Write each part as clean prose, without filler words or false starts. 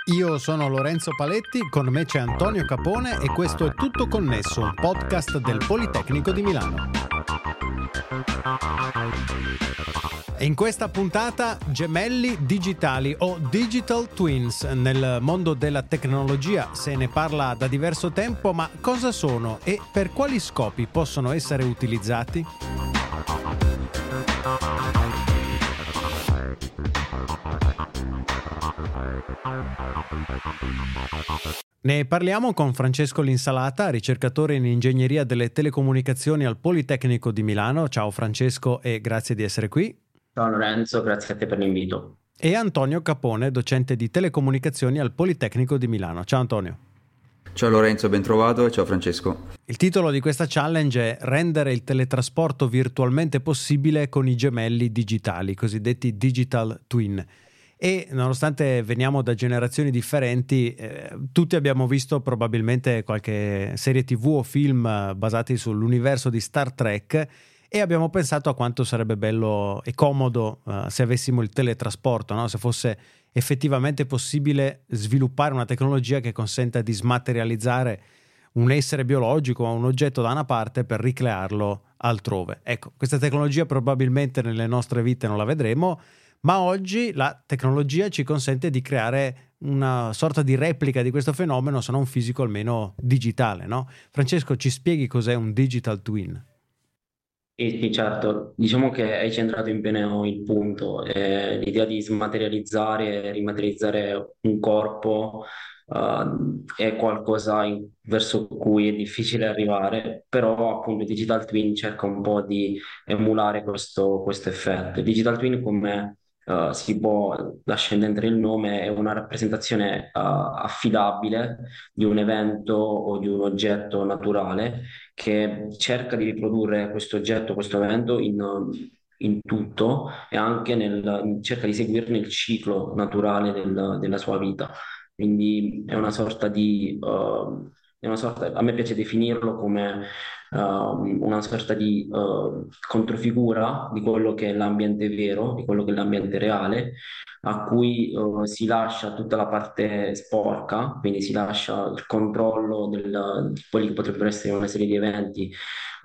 Io sono Lorenzo Paletti, con me c'è Antonio Capone e questo è Tutto Connesso, un podcast del Politecnico di Milano. E in questa puntata gemelli digitali o digital twins. Nel mondo della tecnologia se ne parla da diverso tempo, ma cosa sono e per quali scopi possono essere utilizzati? Ne parliamo con Francesco Linsalata, ricercatore in ingegneria delle telecomunicazioni al Politecnico di Milano. Ciao Francesco e grazie di essere qui. Ciao Lorenzo, grazie a te per l'invito. E Antonio Capone, docente di telecomunicazioni al Politecnico di Milano. Ciao Antonio. Ciao Lorenzo, ben trovato, e ciao Francesco. Il titolo di questa challenge è rendere il teletrasporto virtualmente possibile con i gemelli digitali, cosiddetti digital twin. E nonostante veniamo da generazioni differenti, tutti abbiamo visto probabilmente qualche serie TV o film basati sull'universo di Star Trek e abbiamo pensato a quanto sarebbe bello e comodo se avessimo il teletrasporto, no? Se fosse effettivamente possibile sviluppare una tecnologia che consenta di smaterializzare un essere biologico o un oggetto da una parte per ricrearlo altrove. Ecco, questa tecnologia probabilmente nelle nostre vite non la vedremo, ma oggi la tecnologia ci consente di creare una sorta di replica di questo fenomeno, se non fisico almeno digitale, no? Francesco, ci spieghi cos'è un digital twin? Sì, certo, diciamo che hai centrato in bene il punto. L'idea di smaterializzare e rimaterializzare un corpo è qualcosa verso cui è difficile arrivare, però appunto il Digital Twin cerca un po' di emulare questo effetto. Il Digital Twin, come si può lasciare intendere il nome, è una rappresentazione affidabile di un evento o di un oggetto naturale che cerca di riprodurre questo oggetto, questo evento in tutto e anche cerca di seguirne il ciclo naturale della sua vita. Quindi a me piace definirlo come una sorta di controfigura di quello che è l'ambiente vero, di quello che è l'ambiente reale, a cui si lascia tutta la parte sporca, quindi si lascia il controllo di quelli che potrebbero essere una serie di eventi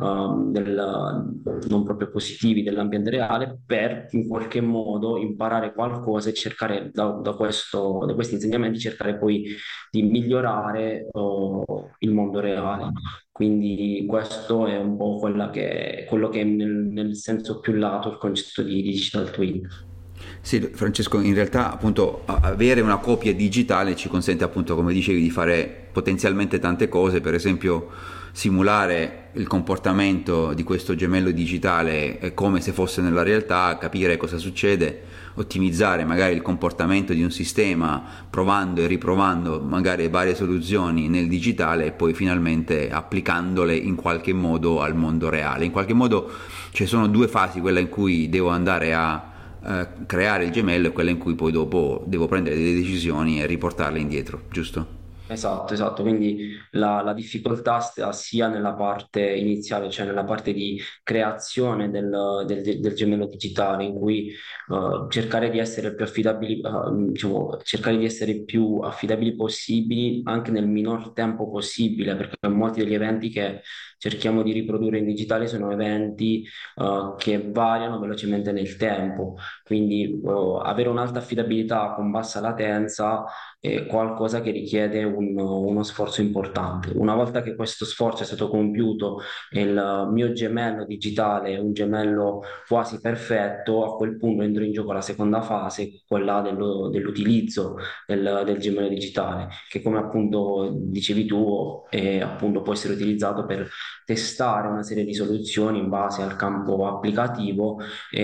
non proprio positivi dell'ambiente reale, per in qualche modo imparare qualcosa e cercare da questi insegnamenti cercare poi di migliorare il mondo reale. Quindi questo è un po' quello che è nel senso più lato il concetto di digital twin. Sì, Francesco, in realtà appunto avere una copia digitale ci consente appunto, come dicevi, di fare potenzialmente tante cose, per esempio simulare il comportamento di questo gemello digitale come se fosse nella realtà, capire cosa succede, ottimizzare magari il comportamento di un sistema provando e riprovando magari varie soluzioni nel digitale e poi finalmente applicandole in qualche modo al mondo reale. In qualche modo ci sono due fasi, quella in cui devo andare a creare il gemello e quella in cui poi dopo devo prendere delle decisioni e riportarle indietro, giusto? Esatto, quindi la difficoltà sta sia nella parte iniziale, cioè nella parte di creazione del gemello digitale, in cui cercare di essere più affidabili, diciamo, cercare di essere più affidabili possibili anche nel minor tempo possibile, perché molti degli eventi che cerchiamo di riprodurre in digitale sono eventi che variano velocemente nel tempo, quindi avere un'alta affidabilità con bassa latenza è qualcosa che richiede uno sforzo importante. Una volta che questo sforzo è stato compiuto e il mio gemello digitale è un gemello quasi perfetto, a quel punto entro in gioco la seconda fase, quella dell'utilizzo del gemello digitale, che come appunto dicevi tu, appunto può essere utilizzato per testare una serie di soluzioni in base al campo applicativo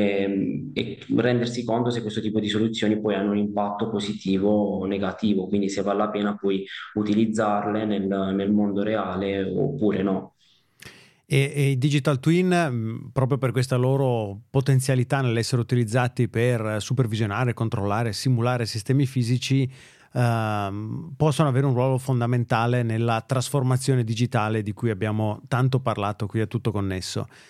e rendersi conto se questo tipo di soluzioni poi hanno un impatto positivo o negativo, quindi se vale la pena poi utilizzarle nel mondo reale oppure no. E i digital twin, proprio per questa loro potenzialità nell'essere utilizzati per supervisionare, controllare, simulare sistemi fisici, possono avere un ruolo fondamentale nella trasformazione digitale di cui abbiamo tanto parlato qui a Tutto Connesso.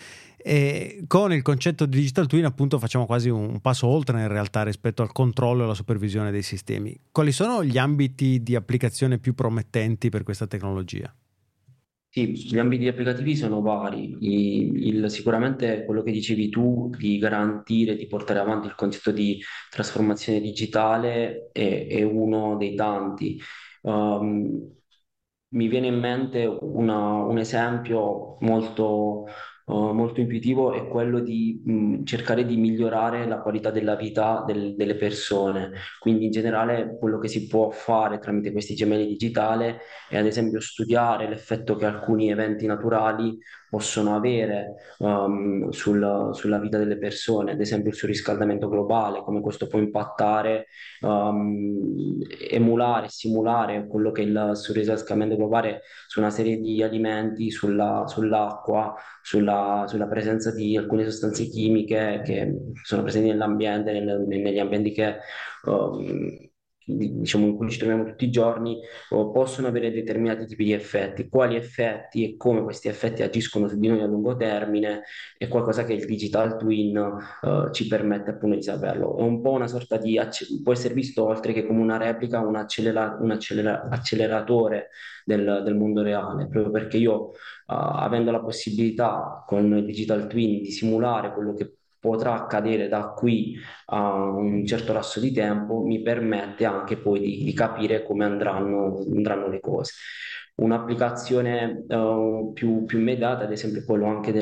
E con il concetto di digital twin appunto facciamo quasi un passo oltre in realtà rispetto al controllo e alla supervisione dei sistemi. Quali sono gli ambiti di applicazione più promettenti per questa tecnologia? Sì, gli ambiti applicativi sono vari. Sicuramente quello che dicevi tu di garantire, di portare avanti il concetto di trasformazione digitale è uno dei tanti. Um, Mi viene in mente un esempio molto intuitivo, è quello di cercare di migliorare la qualità della vita delle persone. Quindi in generale quello che si può fare tramite questi gemelli digitali è ad esempio studiare l'effetto che alcuni eventi naturali possono avere sulla vita delle persone, ad esempio il surriscaldamento globale, come questo può impattare, emulare, simulare quello che è il surriscaldamento globale su una serie di alimenti, sull'acqua, sulla presenza di alcune sostanze chimiche che sono presenti nell'ambiente, negli ambienti che diciamo in cui ci troviamo tutti i giorni, possono avere determinati tipi di effetti. Quali effetti e come questi effetti agiscono su di noi a lungo termine è qualcosa che il digital twin ci permette appunto di saperlo. È un po' una sorta di, può essere visto oltre che come una replica, acceleratore del mondo reale, proprio perché io, avendo la possibilità con il digital twin di simulare quello che potrà accadere da qui a un certo lasso di tempo, mi permette anche poi di capire come andranno le cose. Un'applicazione più immediata, ad esempio, è quello anche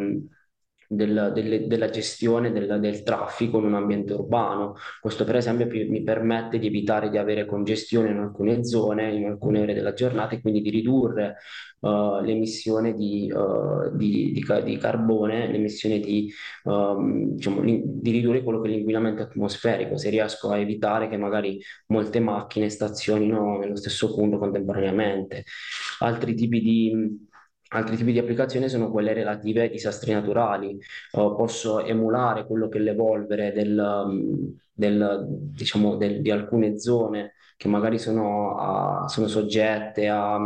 della gestione del traffico in un ambiente urbano. Questo, per esempio, mi permette di evitare di avere congestione in alcune zone, in alcune ore della giornata, e quindi di ridurre l'emissione di carbone, l'emissione diciamo, di ridurre quello che è l'inquinamento atmosferico, se riesco a evitare che magari molte macchine stazionino nello stesso punto contemporaneamente. Altri tipi di... Altri tipi di applicazioni sono quelle relative ai disastri naturali. Posso emulare quello che è l'evolvere di alcune zone che magari sono soggette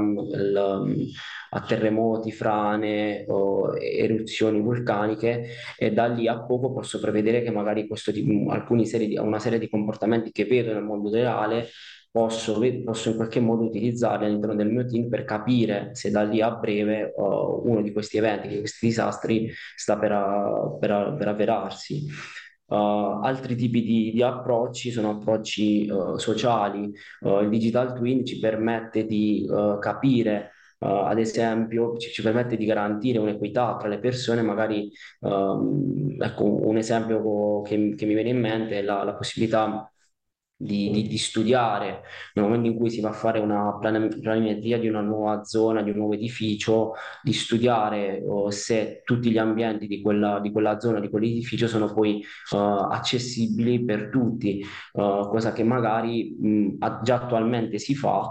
a terremoti, frane o eruzioni vulcaniche, e da lì a poco posso prevedere che magari una serie di comportamenti che vedo nel mondo reale posso in qualche modo utilizzarli all'interno del mio team per capire se da lì a breve uno di questi eventi, di questi disastri sta per avverarsi. Altri tipi di approcci sono approcci sociali. Il digital twin ci permette di capire, ad esempio, ci permette di garantire un'equità tra le persone. Magari, ecco, un esempio che mi viene in mente è la possibilità di studiare nel momento in cui si va a fare una planimetria di una nuova zona, di un nuovo edificio, di studiare se tutti gli ambienti di quella zona, di quell'edificio sono poi accessibili per tutti, cosa che magari già attualmente si fa,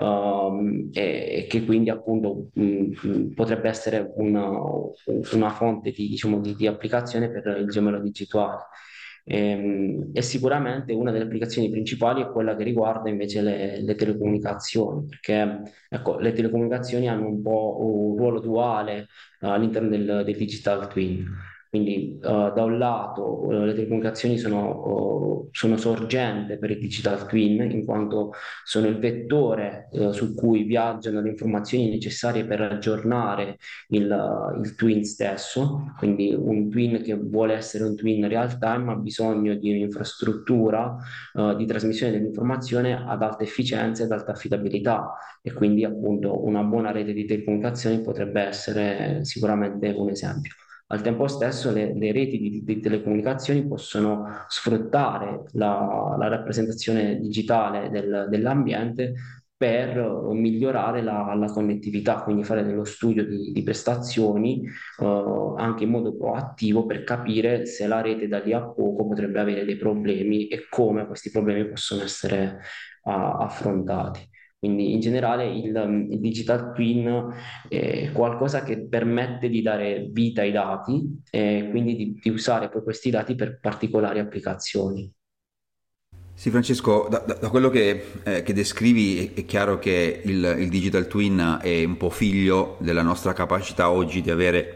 e che quindi appunto potrebbe essere una fonte diciamo, di applicazione per il gemello digitale. E sicuramente una delle applicazioni principali è quella che riguarda invece le telecomunicazioni, perché ecco, le telecomunicazioni hanno un po' un ruolo duale all'interno del digital twin. Quindi da un lato le telecomunicazioni sono sorgente per il digital twin, in quanto sono il vettore su cui viaggiano le informazioni necessarie per aggiornare il twin stesso. Quindi un twin che vuole essere un twin real time ha bisogno di un'infrastruttura di trasmissione dell'informazione ad alta efficienza e ad alta affidabilità, e quindi appunto una buona rete di telecomunicazioni potrebbe essere sicuramente un esempio. Al tempo stesso le reti di telecomunicazioni possono sfruttare la rappresentazione digitale dell'ambiente per migliorare la connettività, quindi fare dello studio di prestazioni anche in modo proattivo per capire se la rete da lì a poco potrebbe avere dei problemi e come questi problemi possono essere affrontati. Quindi in generale il digital twin è qualcosa che permette di dare vita ai dati e quindi di usare poi questi dati per particolari applicazioni. Sì, Francesco, da quello che descrivi è chiaro che il digital twin è un po' figlio della nostra capacità oggi di avere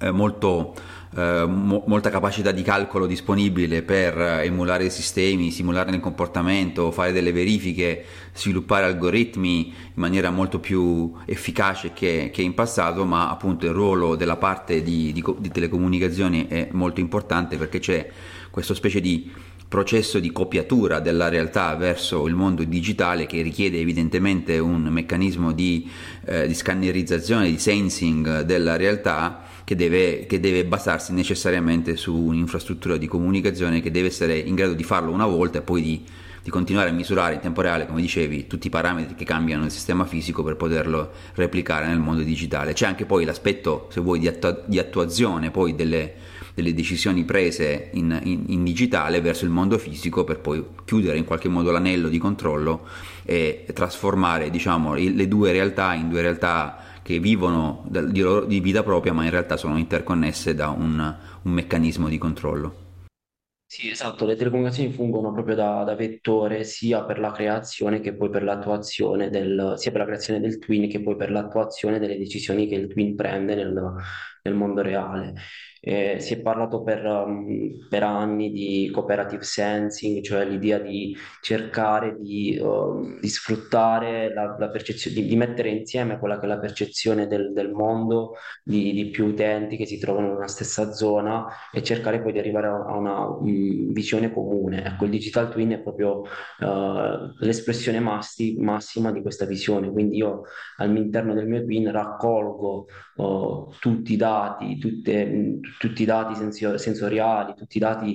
molta capacità di calcolo disponibile per emulare i sistemi, simulare il comportamento, fare delle verifiche, sviluppare algoritmi in maniera molto più efficace che in passato, ma appunto il ruolo della parte di telecomunicazioni è molto importante, perché c'è questa specie di processo di copiatura della realtà verso il mondo digitale, che richiede evidentemente un meccanismo di scannerizzazione, di sensing della realtà, che deve basarsi necessariamente su un'infrastruttura di comunicazione che deve essere in grado di farlo una volta e poi di continuare a misurare in tempo reale, come dicevi, tutti i parametri che cambiano nel sistema fisico per poterlo replicare nel mondo digitale. C'è anche poi l'aspetto, se vuoi, di attuazione poi delle decisioni prese in digitale verso il mondo fisico, per poi chiudere in qualche modo l'anello di controllo e trasformare, diciamo, le due realtà in due realtà che vivono di vita propria, ma in realtà sono interconnesse da un meccanismo di controllo. Sì, esatto, le telecomunicazioni fungono proprio da vettore sia per la creazione che poi per l'attuazione sia per la creazione del twin che poi per l'attuazione delle decisioni che il twin prende nel mondo reale. Si è parlato per anni di cooperative sensing, cioè l'idea di cercare di sfruttare la percezione, di mettere insieme quella che è la percezione del mondo di più utenti che si trovano in una stessa zona e cercare poi di arrivare a una visione comune. Ecco, il digital twin è proprio l'espressione massima di questa visione. Quindi io all'interno del mio twin raccolgo tutti i dati, tutti i dati sensoriali, tutti i dati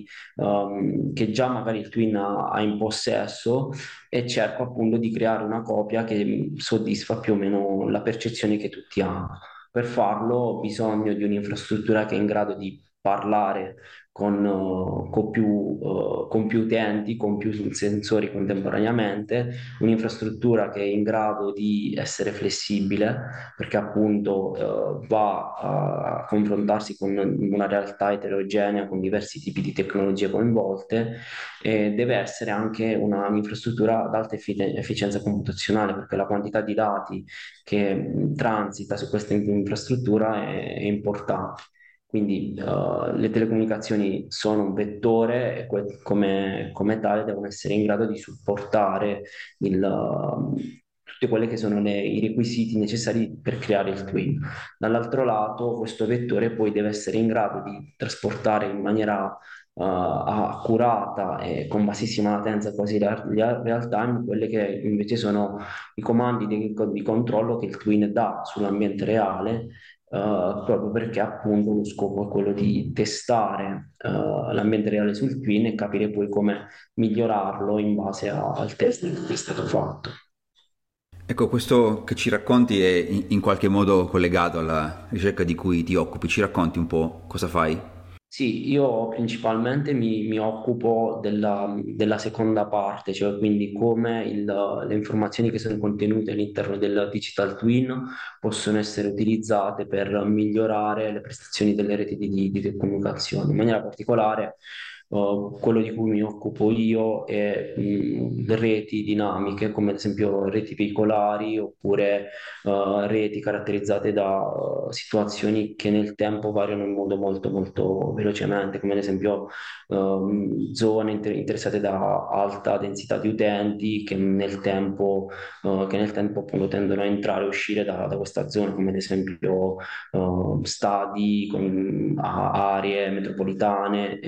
che già magari il twin ha in possesso, e cerco appunto di creare una copia che soddisfa più o meno la percezione che tutti hanno. Per farlo ho bisogno di un'infrastruttura che è in grado di parlare con più utenti, con più sensori contemporaneamente, un'infrastruttura che è in grado di essere flessibile, perché appunto va a confrontarsi con una realtà eterogenea, con diversi tipi di tecnologie coinvolte, e deve essere anche un'infrastruttura ad alta efficienza computazionale, perché la quantità di dati che transita su questa infrastruttura è importante. Quindi le telecomunicazioni sono un vettore e come tale devono essere in grado di supportare tutti quelli che sono i requisiti necessari per creare il twin. Dall'altro lato, questo vettore poi deve essere in grado di trasportare in maniera accurata e con bassissima latenza, quasi real time, quelle che invece sono i comandi di controllo che il twin dà sull'ambiente reale, proprio perché appunto lo scopo è quello di testare l'ambiente reale sul twin e capire poi come migliorarlo in base al test che è stato fatto. Ecco, questo che ci racconti è in qualche modo collegato alla ricerca di cui ti occupi. Ci racconti un po' cosa fai? Sì, io principalmente mi occupo della seconda parte, cioè quindi come le informazioni che sono contenute all'interno del digital twin possono essere utilizzate per migliorare le prestazioni delle reti di comunicazione. In maniera particolare, quello di cui mi occupo io è le reti dinamiche, come ad esempio reti veicolari oppure reti caratterizzate da situazioni che nel tempo variano in modo molto molto velocemente, come ad esempio zone interessate da alta densità di utenti che nel tempo appunto tendono a entrare e uscire da questa zona, come ad esempio stadi, aree metropolitane.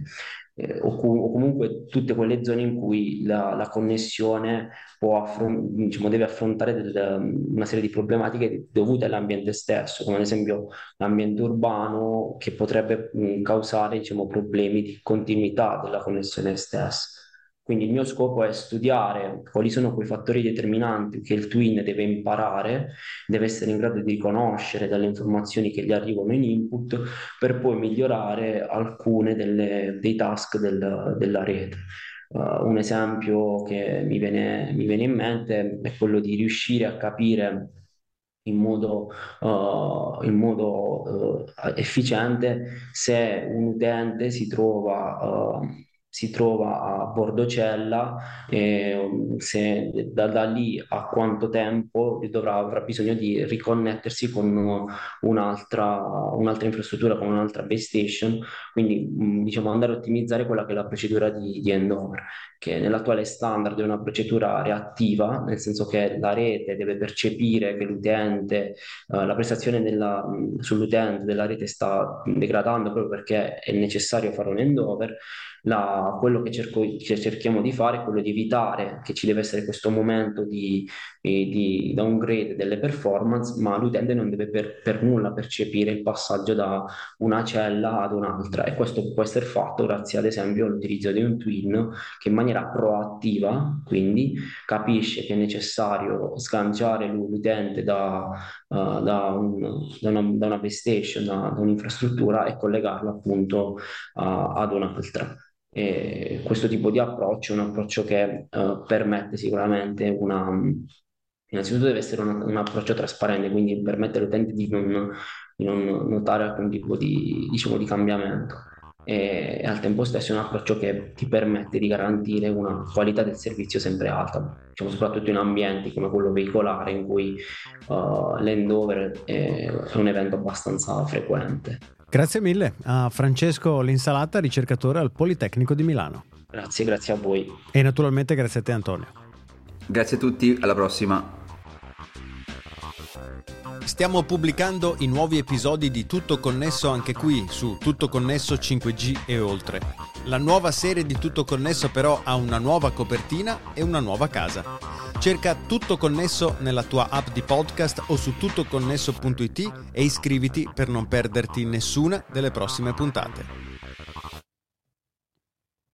O comunque tutte quelle zone in cui la connessione diciamo, deve affrontare una serie di problematiche dovute all'ambiente stesso, come ad esempio l'ambiente urbano, che potrebbe causare, diciamo, problemi di continuità della connessione stessa. Quindi il mio scopo è studiare quali sono quei fattori determinanti che il twin deve imparare, deve essere in grado di riconoscere dalle informazioni che gli arrivano in input, per poi migliorare alcune dei task della rete. Un esempio che mi viene in mente è quello di riuscire a capire in modo efficiente se un utente si trova a Bordocella, se da lì a quanto tempo avrà bisogno di riconnettersi con un'altra infrastruttura, con un'altra base station, quindi diciamo andare a ottimizzare quella che è la procedura di handover, che nell'attuale standard è una procedura reattiva, nel senso che la rete deve percepire che l'utente, la prestazione sull'utente della rete sta degradando proprio perché è necessario fare un handover. Quello che cerchiamo di fare è quello di evitare che ci deve essere questo momento di downgrade delle performance, ma l'utente non deve per nulla percepire il passaggio da una cella ad un'altra, e questo può essere fatto grazie ad esempio all'utilizzo di un twin che in maniera proattiva quindi capisce che è necessario sganciare l'utente da una base station, da un'infrastruttura, e collegarlo appunto ad un'altra. E questo tipo di approccio è un approccio che permette sicuramente innanzitutto deve essere un approccio trasparente, quindi permette all'utente di non notare alcun tipo diciamo, di cambiamento, e al tempo stesso è un approccio che ti permette di garantire una qualità del servizio sempre alta, diciamo, soprattutto in ambienti come quello veicolare in cui l'handover è un evento abbastanza frequente. Grazie mille a Francesco Linsalata, ricercatore al Politecnico di Milano. Grazie a voi. E naturalmente grazie a te, Antonio. Grazie a tutti, alla prossima. Stiamo pubblicando i nuovi episodi di Tutto Connesso anche qui su Tutto Connesso 5G e oltre. La nuova serie di Tutto Connesso però ha una nuova copertina e una nuova casa. Cerca Tutto Connesso nella tua app di podcast o su tuttoconnesso.it e iscriviti per non perderti nessuna delle prossime puntate.